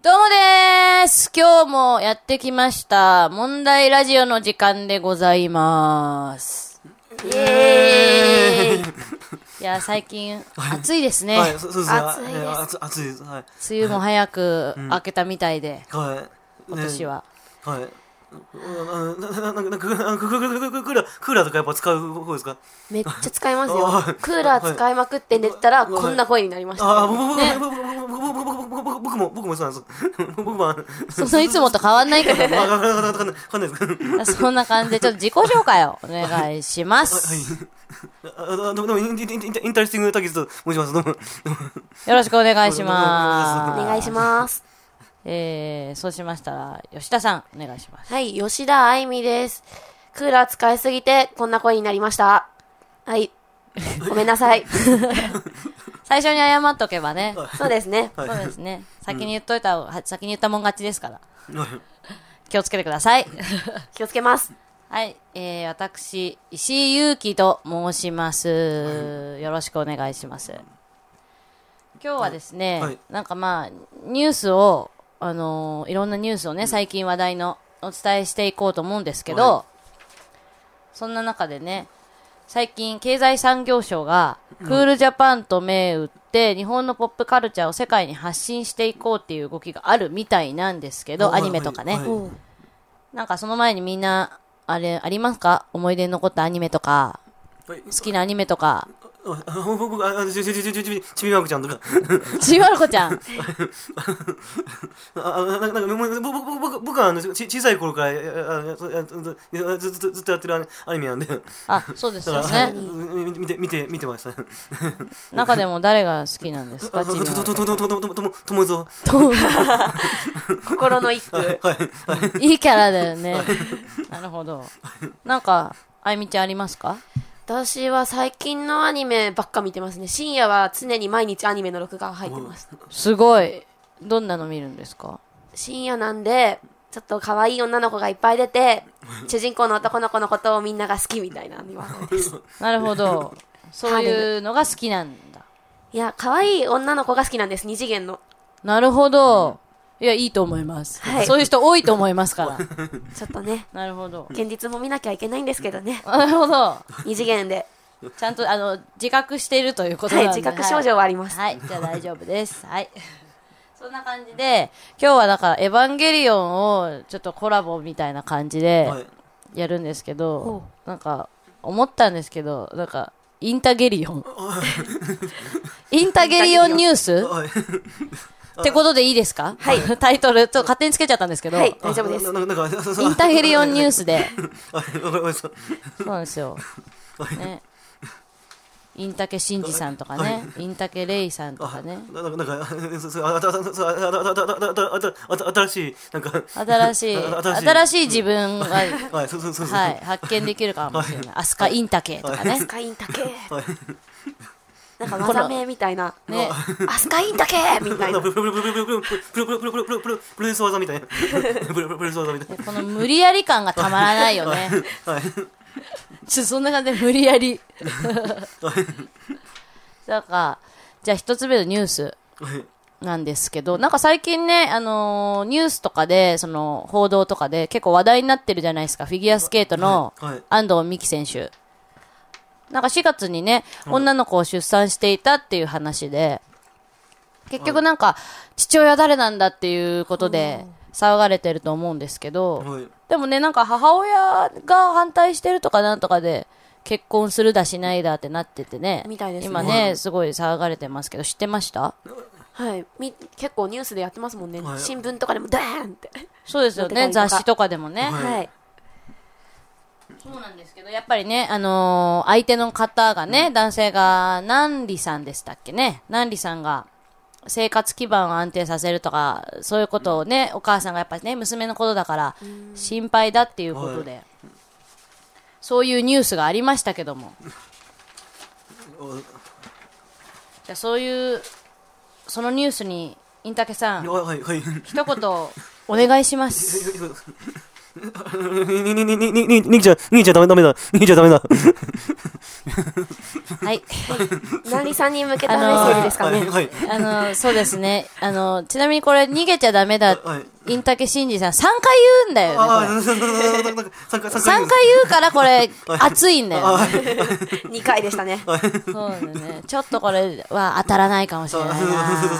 どうもでーす。今日もやってきました問題ラジオの時間でございます。イエーイ。いや最近暑いですね。 はい、そうですね。 暑いです。 暑いです。はい。 梅雨も早く明けたみたいで、 はい。 今年は。 はい。クーラーとかやっぱ使う方ですか？ めっちゃ使いますよ。クーラー使いまくって寝たらこんな声になりました。 ああ、僕もそうなんです。僕もそのいつもと変わんないけどね。そんな感じでちょっと自己紹介をお願いします。 どうもインタレスティングタキスと申します。どうも。 よろしくお願いします。 お願いします。 そうしましたら吉田さんお願いします。 はい、吉田愛美です。クーラー使いすぎてこんな声になりました。はい、ごめんなさい。 最初に謝っとけばね。 そうですね。 そうですね。先に言っといた、先に言ったもん勝ちですから。気をつけてください。 気をつけます。 はい、私石井裕樹と申します。よろしくお願いします。今日はですね、なんかまあニュースをいろんなニュースをね、最近話題のお伝えしていこうと思うんですけど、そんな中でね、最近経済産業省がクールジャパンと銘打って日本のポップカルチャーを世界に発信していこうっていう動きがあるみたいなんですけど、アニメとかね、なんかその前にみんなあれありますか？思い出に残ったアニメとか、好きなアニメとか。 僕、ちびまる子ちゃんとか。 ちびまる子ちゃん。 僕は小さい頃からずっとやってるアニメなんで。 あ、そうですよね。 見てました。 中でも誰が好きなんですか？ちびまる子。 ともぞ。 心の一句。 いいキャラだよね。なるほど。なんかあいみちゃんありますか？ 私は最近のアニメばっか見てますね。深夜は常に毎日アニメの録画が入ってます。 すごい。どんなの見るんですか？ 深夜なんでちょっと可愛い女の子がいっぱい出て、主人公の男の子のことをみんなが好きみたいなアニメです。 なるほど。そういうのが好きなんだ。 いや、可愛い女の子が好きなんです。二次元の。 なるほど。いや、いいと思います。はい、そういう人多いと思いますから。 ちょっとね。 なるほど。 現実も見なきゃいけないんですけどね。 なるほど。 二次元で。 ちゃんと、自覚しているということなんで。 はい、自覚症状はあります。 はい、じゃあ大丈夫です。はい。そんな感じで、今日はだから、エヴァンゲリオンを、ちょっとコラボみたいな感じで、やるんですけど、なんか、思ったんですけど、なんか、インタゲリオン。インタゲリオンニュースってことでいいですか？ はい。 タイトル、ちょっと勝手につけちゃったんですけど。 はい、大丈夫です。 インタゲリオンニュースで。そうなんですよ。ね。インタケシンジさんとかね、インタケレイさんとかね。 なんか、新しい、なんか、 新しい自分が、はい、発見できるかもしれない。アスカインタケとかね。 アスカインタケ。なんか技名みたいな。ね。アスカインタケみたいな。 プロレス技みたいな。 この無理やり感がたまらないよね。そんな感じで無理やり。なんか、じゃあ一つ目のニュースなんですけど、なんか最近ね、ニュースとかで、その報道とかで結構話題になってるじゃないですか。フィギュアスケートの安藤美希選手。なんか4月にね、女の子を出産していたっていう話で、結局なんか父親誰なんだっていうことで騒がれてると思うんですけど、でもね、なんか母親が反対してるとかなんとかで結婚するだしないだってなっててね、 みたいですね。 今ね、すごい騒がれてますけど、知ってました？ はい、結構ニュースでやってますもんね。新聞とかでもダーンって。 そうですよね、雑誌とかでもね。 はい。 そうなんですけど、やっぱりね、相手の方がね、男性が南里さんでしたっけね、南里さんが生活基盤を安定させるとか、そういうことをね、お母さんがやっぱりね、娘のことだから心配だっていうことで、そういうニュースがありましたけども、じゃあそういうそのニュースにインタケさん、一言お願いします。 兄ちゃんダメだ。兄ちゃんダメだ。 はい。 なりさんに向けたメッセージですかね。 はい。 そうですね。ちなみにこれ、逃げちゃダメだ。インタケシンジさん、3回言うんだよね。3回言うから、これ、熱いんだよね。 2回でしたね。 そうだね。ちょっとこれは当たらないかもしれないな。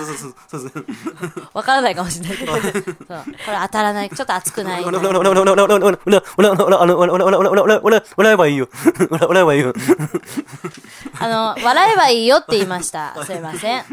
わからないかもしれないけど。そう。これ当たらない。ちょっと熱くない。 笑えばいいよ。笑えばいいよ。 笑えばいいよって言いました。すいません。はい。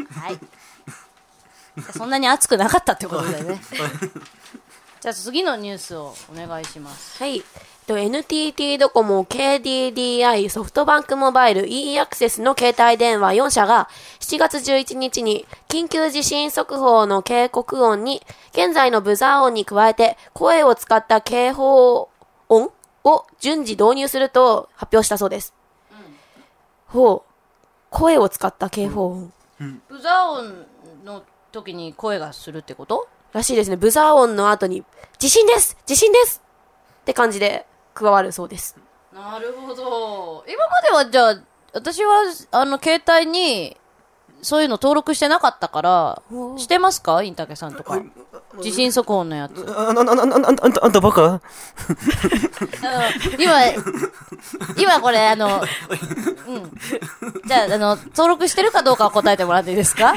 そんなに熱くなかったってことだよね。じゃあ次のニュースをお願いします。 はい。NTT ドコモ、KDDI、ソフトバンクモバイル、e アクセスの携帯電話4社が7月11日に緊急地震速報の警告音に現在のブザー音に加えて声を使った警報音を順次導入すると発表したそうです。ほう。声を使った警報音。 ブザー音の時に声がするってことらしいですね。ブザー音の後に地震ですって感じで加わるそうです。 なるほど。今まではじゃあ私は携帯にそういうの登録してなかったからしてますかインタケさんとか地震速報のやつ。 あんたバカ今これじゃあ登録してるかどうかは答えてもらっていいですか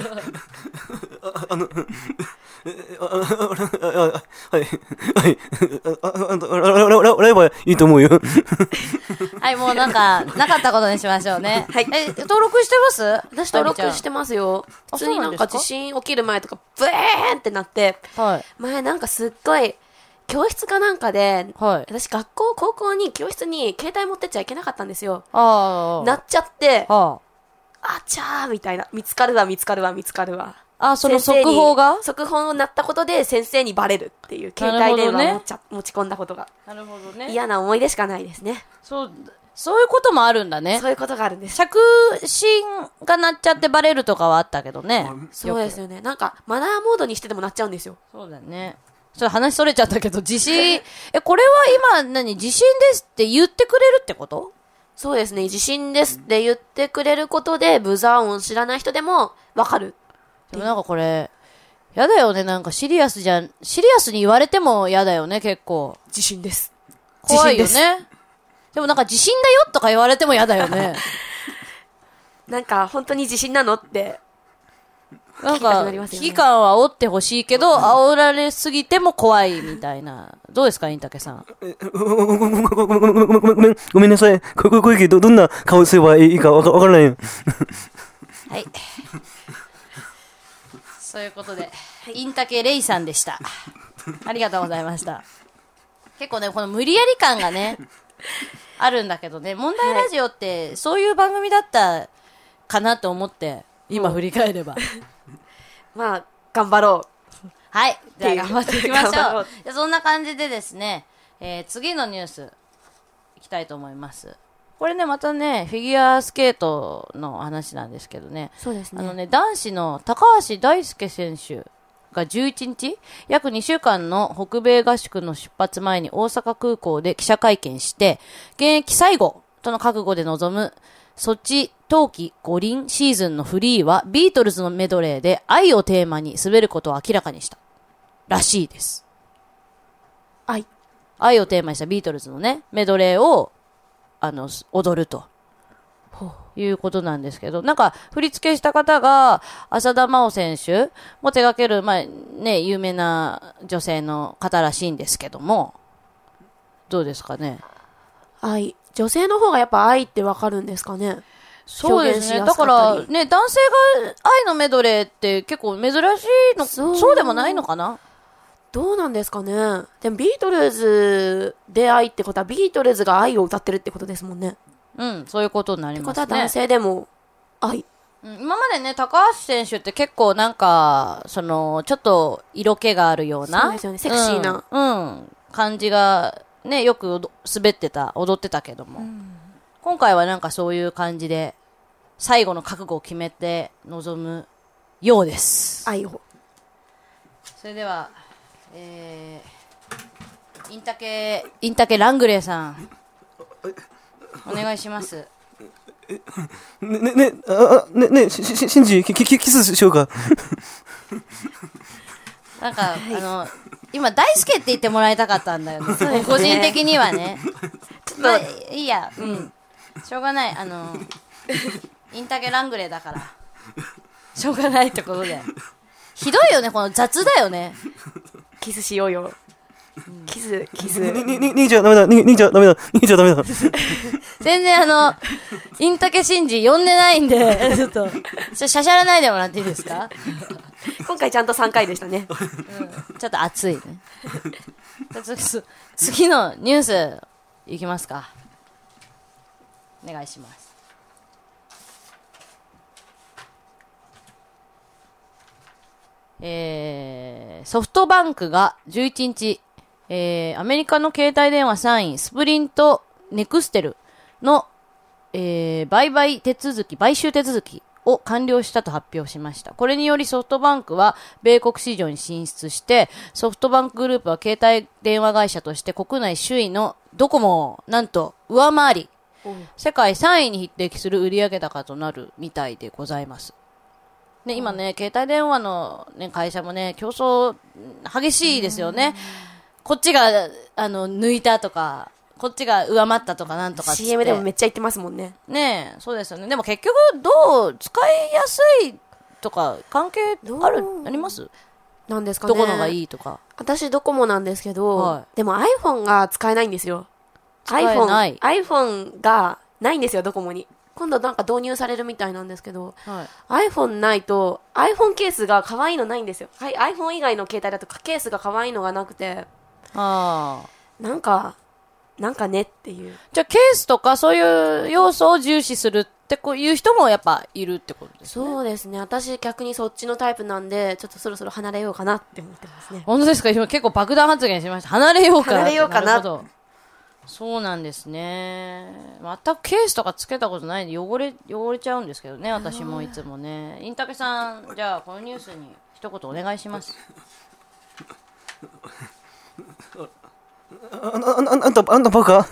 はい。笑えばいいと思うよ。 はい、もうなんか、なかったことにしましょうね。はい。 登録してます？ 私登録してますよ。普通になんか地震起きる前とか、ブエーンってなって、はい、前なんかすっごい、教室かなんかで、はい、私高校に教室に携帯持ってっちゃいけなかったんですよ。なっちゃって、あちゃーみたいな。見つかるわ。 その速報が速報になったことで先生にバレるっていう携帯電話を持ち込んだことが。 なるほどね。 嫌な思い出しかないですね。 そういうこともあるんだね。 そういうことがあるんです。 着信が鳴っちゃってバレるとかはあったけどね。 そうですよね。なんかマナーモードにしてても鳴っちゃうんですよ。 そうだね。それ話それちゃったけど、地震、これは今地震ですって言ってくれるってこと？ そうですね。地震ですって言ってくれることで、ブザー音知らない人でもわかる。 でもなんかこれ、やだよね。なんかシリアスに言われてもやだよね、結構。 地震です。 怖いよね。でもなんか地震だよとか言われてもやだよね。 なんか本当に地震なのって。 なんか、危機感は煽ってほしいけど、煽られすぎても怖いみたいな。どうですか、インタケさん。 ごめんなさい。こういう時どんな顔すればいいかわからないよ。 はい。そういうことで、インタケレイさんでした。ありがとうございました。結構ね、この無理やり感がね、あるんだけどね、問題ラジオってそういう番組だったかなと思って、今振り返れば。 まあ、頑張ろう。 はい。じゃあ頑張っていきましょう。そんな感じでですね、次のニュース、いきたいと思います。これね、またね、フィギュアスケートの話なんですけどね。 そうですね。 男子の高橋大輔選手が11日、約2週間の北米合宿の出発前に大阪空港で記者会見して、現役最後との覚悟で臨むソチ冬季五輪シーズンのフリーはビートルズのメドレーで愛をテーマに滑ることを明らかにしたらしいです。愛をテーマにしたビートルズのね、メドレーを踊るということなんですけど、なんか振り付けした方が浅田真央選手も手掛ける、まあね、有名な女性の方らしいんですけども、どうですかね。 愛、女性の方がやっぱ愛ってわかるんですかね。 そうですね。だからね、男性が愛のメドレーって結構珍しいの、そうでもないのかな。 どうなんですかね。でもビートルズで愛ってことはビートルズが愛を歌ってるってことですもんね。 うん、そういうことになりますね。 ってことは男性でも愛。 今までね、高橋選手って結構なんか、ちょっと色気があるような。 そうですよね、セクシーな。 感じがね、よく踊ってたけども。今回はなんかそういう感じで、最後の覚悟を決めて臨むようです。 愛を。 それでは、 インタケラングレーさん、お願いします。 シンジ、キスしようか。 なんか、今、大輔って言ってもらいたかったんだよね。個人的にはね。ちょっと、いいや、うん。しょうがない。インタケラングレーだから。しょうがないってことで。ひどいよね、この雑だよね。 キスしようよ。キス。 逃げちゃダメだ。 全然インタケシンジ呼んでないんで、ちょっと、しゃしゃらないでもらっていいですか？ 今回ちゃんと3回でしたね。 うん、ちょっと熱いね。次のニュースいきますか。お願いします。ソフトバンクが11日、アメリカの携帯電話3位スプリントネクステルの、買収手続きを完了したと発表しました。これによりソフトバンクは米国市場に進出して、ソフトバンクグループは携帯電話会社として国内首位のドコモをなんと上回り、世界3位に匹敵する売上高となるみたいでございます。ね、今ね、携帯電話の、ね、会社もね、競争激しいですよね。こっちが抜いたとか、こっちが上回ったとかなんとかっつって CM でもめっちゃ言ってますもんね。 ねえ、そうですよね。でも結局使いやすいとか関係あります？ なんですかね。 どこのがいいとか。 私ドコモなんですけど、 はい、 でも iPhone が使えないんですよ。 使えない。 iPhone がないんですよ、ドコモに。今度なんか導入されるみたいなんですけど、はい、iPhone ないと iPhone ケースが可愛いのないんですよ。はい、iPhone 以外の携帯だとケースが可愛いのがなくて、なんかねっていう。 じゃあケースとかそういう要素を重視するってこういう人もやっぱいるってことですね。 そうですね。私逆にそっちのタイプなんで、ちょっとそろそろ離れようかなって思ってますね。 本当ですか？今結構爆弾発言しました。離れようかな。 なるほど。 そうなんですね。全くケースとかつけたことないんで汚れちゃうんですけどね、私もいつもね。インタケさん、じゃあこのニュースに一言お願いします。 あんたバカ？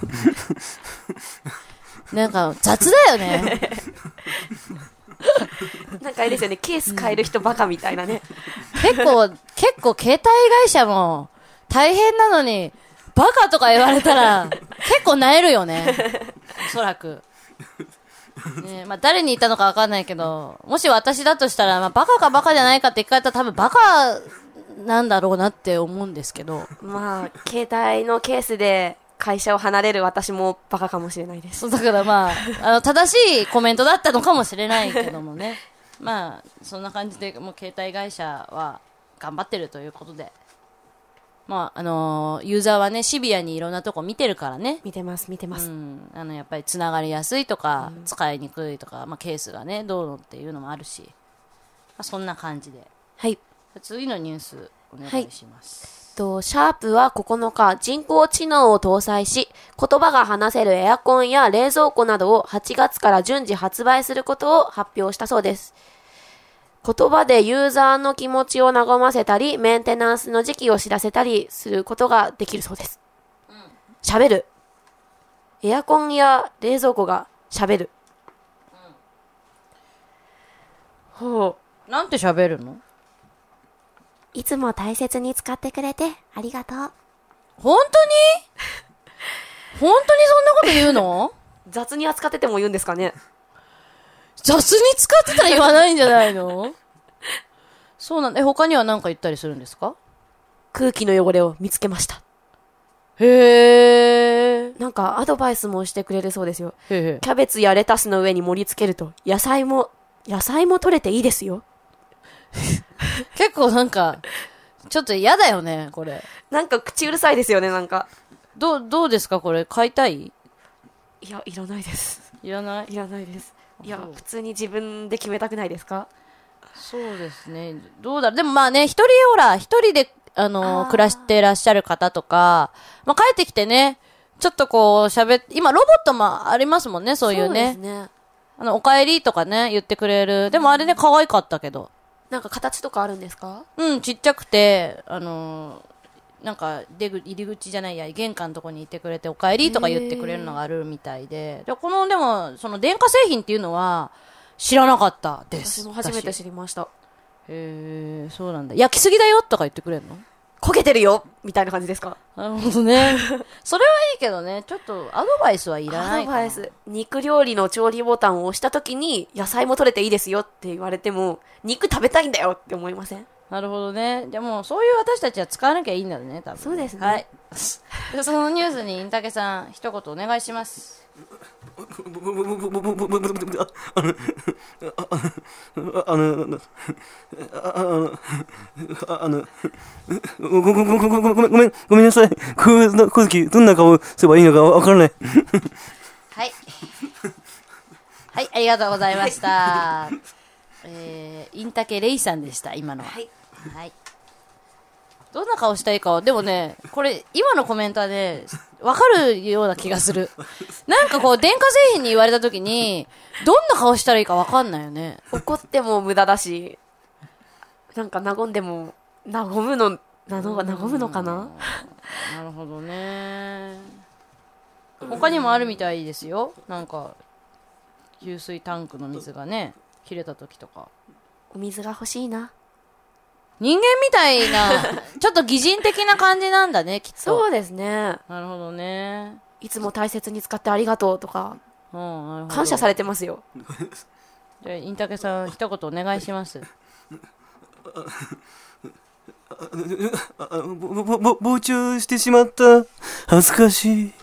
なんか雑だよね。 なんかあれですよね、ケース変える人バカみたいなね。 結構携帯会社も大変なのに、バカとか言われたら結構萎えるよね。おそらく。ね、まあ誰に言ったのかわかんないけど、もし私だとしたら、まあバカかバカじゃないかって聞かれたら多分バカなんだろうなって思うんですけど。 まあ、携帯のケースで会社を離れる私もバカかもしれないです。 だからまあ、正しいコメントだったのかもしれないけどもね。まあ、そんな感じで、もう携帯会社は頑張ってるということで。まあ、ユーザーはね、シビアにいろんなとこ見てるからね。 見てます。 うん。やっぱりつながりやすいとか、使いにくいとか、まあ、ケースがね、どうのっていうのもあるし。まあ、そんな感じで。 はい。 次のニュース、お願いします。 シャープは9日、人工知能を搭載し、言葉が話せるエアコンや冷蔵庫などを8月から順次発売することを発表したそうです。言葉でユーザーの気持ちを和ませたり、メンテナンスの時期を知らせたりすることができるそうです。喋る。エアコンや冷蔵庫が喋る。 ほう。なんて喋るの？ いつも大切に使ってくれてありがとう。 本当にそんなこと言うの？ 雑に扱ってても言うんですかね？ 雑に使ってたら言わないんじゃないの？そうなんだ。他には何か言ったりするんですか？ 空気の汚れを見つけました。 へー。 なんかアドバイスもしてくれるそうですよ。 へー。 キャベツやレタスの上に盛り付けると野菜も取れていいですよ。 結構なんかちょっと嫌だよねこれ。 なんか口うるさいですよね。なんかどうですかこれ？買いたい？ いや、いらないです。 いらないです。 いや、普通に自分で決めたくないですか？ そうですね。どうだろう。でもまあね、一人で暮らしてらっしゃる方とか、まあ帰ってきてね、ちょっとこう今ロボットもありますもんね、そういうね。そうですね。お帰りとかね、言ってくれる。でもあれね、可愛かったけど。 なんか形とかあるんですか？ うん、ちっちゃくて、 なんか入り口じゃないや玄関のとこにいてくれてお帰りとか言ってくれるのがあるみたいで、でもその電化製品っていうのは知らなかったです。 私も初めて知りました。 へえ、そうなんだ。焼きすぎだよとか言ってくれるの？ 焦げてるよみたいな感じですか？ なるほどね。それはいいけどね、ちょっとアドバイスはいらないかな。 アドバイス。肉料理の調理ボタンを押したときに、野菜も取れていいですよって言われても、肉食べたいんだよって思いません？ なるほどね。じゃあもうそういう私たちは使わなきゃいいんだね、多分。 そうですね。 はい。でそのニュースにインタケさん、一言お願いします。 ごめんなさい。この時どんな顔すればいいのかわからない。 はい。はい、ありがとうございました。インタケレイさんでした、今のは。 はい。 はい。どんな顔したらいいか、でもね、これ、今のコメントはね、わかるような気がする。なんかこう、電化製品に言われたときに、どんな顔したらいいかわかんないよね。 怒っても無駄だし、なんか和んでも、和むのかな？ なるほどね。他にもあるみたいですよ。なんか、給水タンクの水がね、切れたときとか。 お水が欲しいな。 人間みたいな、ちょっと擬人的な感じなんだね、きっと。 そうですね。 なるほどね。 いつも大切に使ってありがとうとか、 なるほど。 感謝されてますよ。 じゃあ、インタケさん、一言お願いします。 膨張してしまった。恥ずかしい。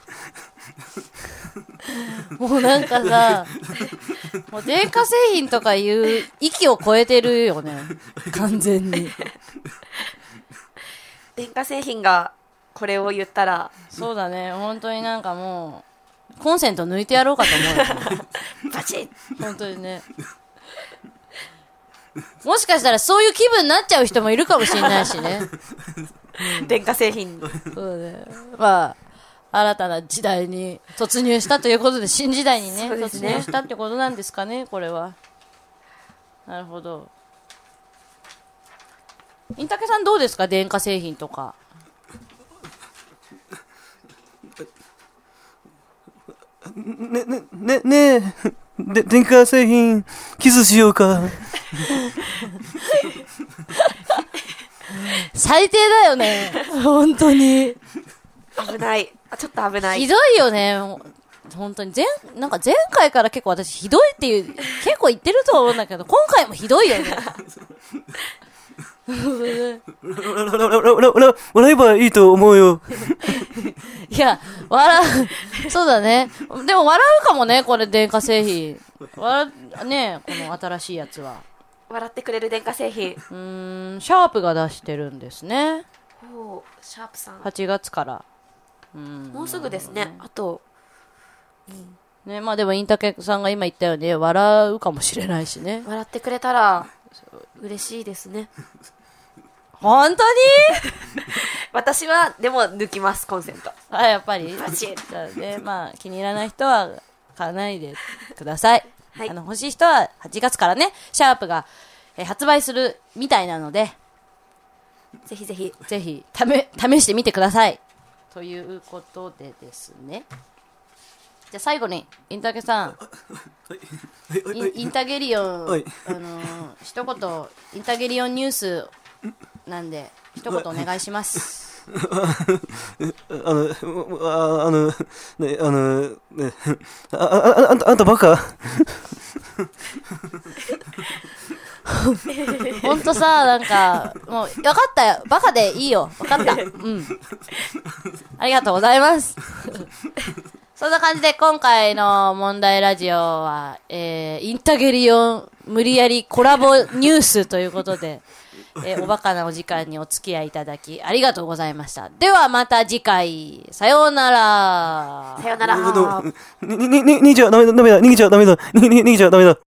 もうなんかさ、もう電化製品とかいう域を超えてるよね、完全に。 電化製品がこれを言ったら、 そうだね、本当になんかもうコンセント抜いてやろうかと思うよ。 バチッ。 本当にね。もしかしたらそういう気分になっちゃう人もいるかもしれないしね。 電化製品。 そうね。まあ新たな時代に突入したということで、新時代にね、突入したってことなんですかね、これは。なるほど。インタケさんどうですか、電化製品とか。 ねえ、電化製品、キスしようか。 最低だよね、本当に。 危ない。ちょっと危ない。 ひどいよね、本当に。なんか前回から結構私ひどいっていう、結構言ってると思うんだけど、今回もひどいよね。 笑えばいいと思うよ。 いや、そうだね。でも笑うかもね、これ電化製品。ね、この新しいやつは。 笑ってくれる電化製品。 シャープが出してるんですね。 おー、シャープさん。 8月から。 もうすぐですね。あと、 ね、まあでもインタケさんが今言ったように笑うかもしれないしね。 笑ってくれたら嬉しいですね。 本当に？ 私はでも抜きます、コンセント。 あ、やっぱりバチッ。 じゃあね、まあ気に入らない人は買わないでください。 はい、 欲しい人は8月からね、シャープが、発売するみたいなので、 ぜひぜひ試してみてください。ということでですね。じゃあ最後にインタケさん、インタゲリオン、一言インタゲリオンニュースなんで一言お願いします。 あんたバカ。 ほんとさ、なんかもう分かったよ、バカでいいよ、分かった。ありがとうございます。そんな感じで今回の問題ラジオは、インタゲリオン無理やりコラボニュースということで、おバカなお時間にお付き合いいただきありがとうございました。ではまた次回、さようなら。 さようなら。 逃げちゃダメだ。逃げちゃダメだ。